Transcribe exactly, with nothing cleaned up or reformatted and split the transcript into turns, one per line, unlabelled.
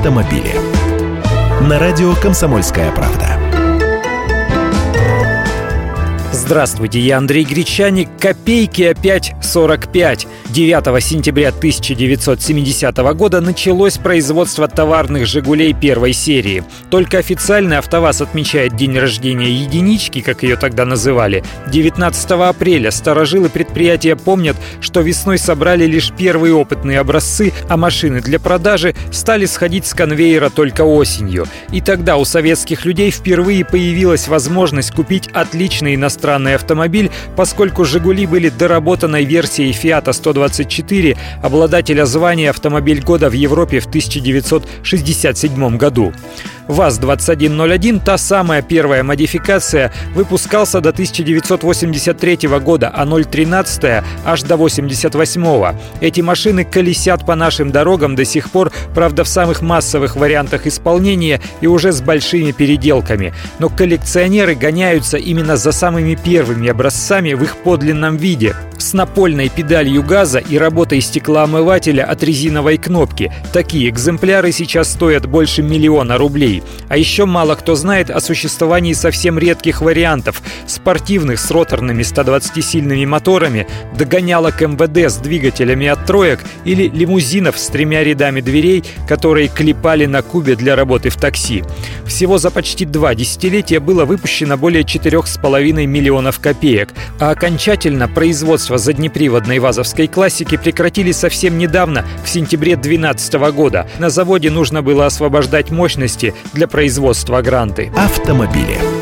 автомобили. На радио «Комсомольская правда».
Здравствуйте, я Андрей Гречаник. Копейки опять сорок пять. девятого сентября тысяча девятьсот семидесятого года началось производство товарных «Жигулей» первой серии. Только официально АвтоВАЗ отмечает день рождения единички, как ее тогда называли, девятнадцатого апреля. Старожилы предприятия помнят, что весной собрали лишь первые опытные образцы, а машины для продажи стали сходить с конвейера только осенью. И тогда у советских людей впервые появилась возможность купить отличный иностранный автомобиль, поскольку «Жигули» были доработанной версией «Фиата сто двадцать четыре», обладателя звания «Автомобиль года» в Европе в тысяча девятьсот шестьдесят седьмом году. ВАЗ двадцать один ноль один, та самая первая модификация, выпускался до тысяча девятьсот восемьдесят третьего года, а ноль тринадцать аж до восемьдесят восьмого. Эти машины колесят по нашим дорогам до сих пор, правда, в самых массовых вариантах исполнения и уже с большими переделками. Но коллекционеры гоняются именно за самыми первыми образцами в их подлинном виде, с напольной педалью газа и работой стеклоомывателя от резиновой кнопки. Такие экземпляры сейчас стоят больше миллиона рублей. А еще мало кто знает о существовании совсем редких вариантов – спортивных с роторными ста двадцатисильными моторами, догонялок эм вэ дэ с двигателями от троек или лимузинов с тремя рядами дверей, которые клепали на кубе для работы в такси. Всего за почти два десятилетия было выпущено более четырех с половиной миллионов копеек, а окончательно производство заднеприводной вазовской классики прекратили совсем недавно, в сентябре две тысячи двенадцатого года. На заводе нужно было освобождать мощности для производства «Гранты».
Автомобили.